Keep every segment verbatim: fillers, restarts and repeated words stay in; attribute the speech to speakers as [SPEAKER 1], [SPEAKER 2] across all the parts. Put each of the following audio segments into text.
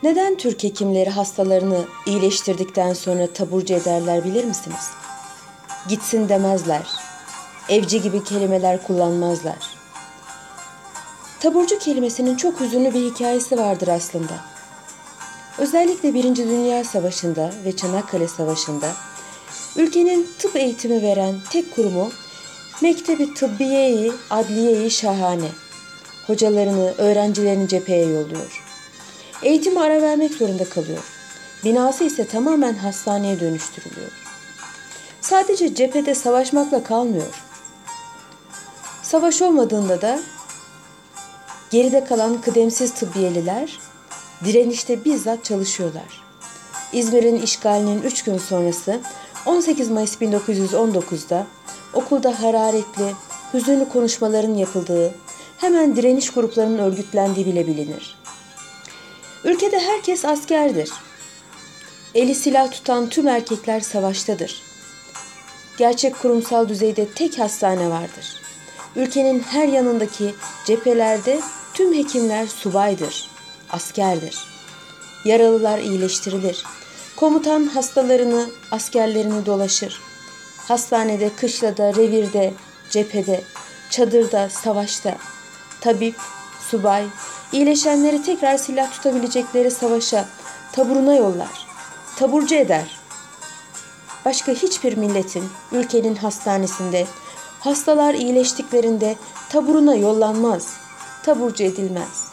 [SPEAKER 1] Neden Türk hekimleri hastalarını iyileştirdikten sonra taburcu ederler bilir misiniz? Gitsin demezler. Evci gibi kelimeler kullanmazlar. Taburcu kelimesinin çok hüzünlü bir hikayesi vardır aslında. Özellikle Birinci Dünya Savaşı'nda ve Çanakkale Savaşı'nda ülkenin tıp eğitimi veren tek kurumu Mektebi Tıbbiye-i Adliye-i Şahane. Hocalarını, öğrencilerini cepheye yolluyor. Eğitime ara vermek zorunda kalıyor. Binası ise tamamen hastaneye dönüştürülüyor. Sadece cephede savaşmakla kalmıyor. Savaş olmadığında da geride kalan kıdemsiz tıbbiyeliler direnişte bizzat çalışıyorlar. İzmir'in işgalinin üç gün sonrası on sekiz Mayıs bin dokuz yüz on dokuz'da okulda hararetli, hüzünlü konuşmaların yapıldığı, hemen direniş gruplarının örgütlendiği bile bilinir. Ülkede herkes askerdir. Eli silah tutan tüm erkekler savaştadır. Gerçek kurumsal düzeyde tek hastane vardır. Ülkenin her yanındaki cephelerde tüm hekimler subaydır, askerdir. Yaralılar iyileştirilir. Komutan hastalarını, askerlerini dolaşır. Hastanede, kışlada, revirde, cephede, çadırda, savaşta. Tabip, subay, iyileşenleri tekrar silah tutabilecekleri savaşa, taburuna yollar. Taburcu eder. Başka hiçbir milletin, ülkenin hastanesinde, hastalar iyileştiklerinde taburuna yollanmaz, taburcu edilmez.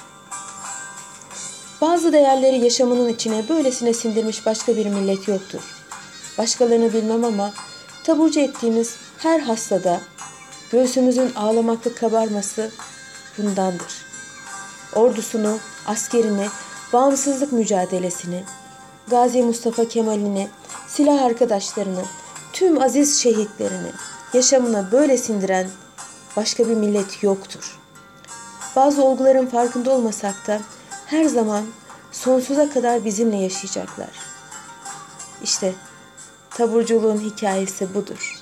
[SPEAKER 1] Bazı değerleri yaşamının içine böylesine sindirmiş başka bir millet yoktur. Başkalarını bilmem ama taburcu ettiğimiz her hastada göğsümüzün ağlamaklı kabarması bundandır. Ordusunu, askerini, bağımsızlık mücadelesini, Gazi Mustafa Kemal'ini, silah arkadaşlarını, tüm aziz şehitlerini yaşamına böyle sindiren başka bir millet yoktur. Bazı olguların farkında olmasak da her zaman sonsuza kadar bizimle yaşayacaklar. İşte taburculuğun hikayesi budur.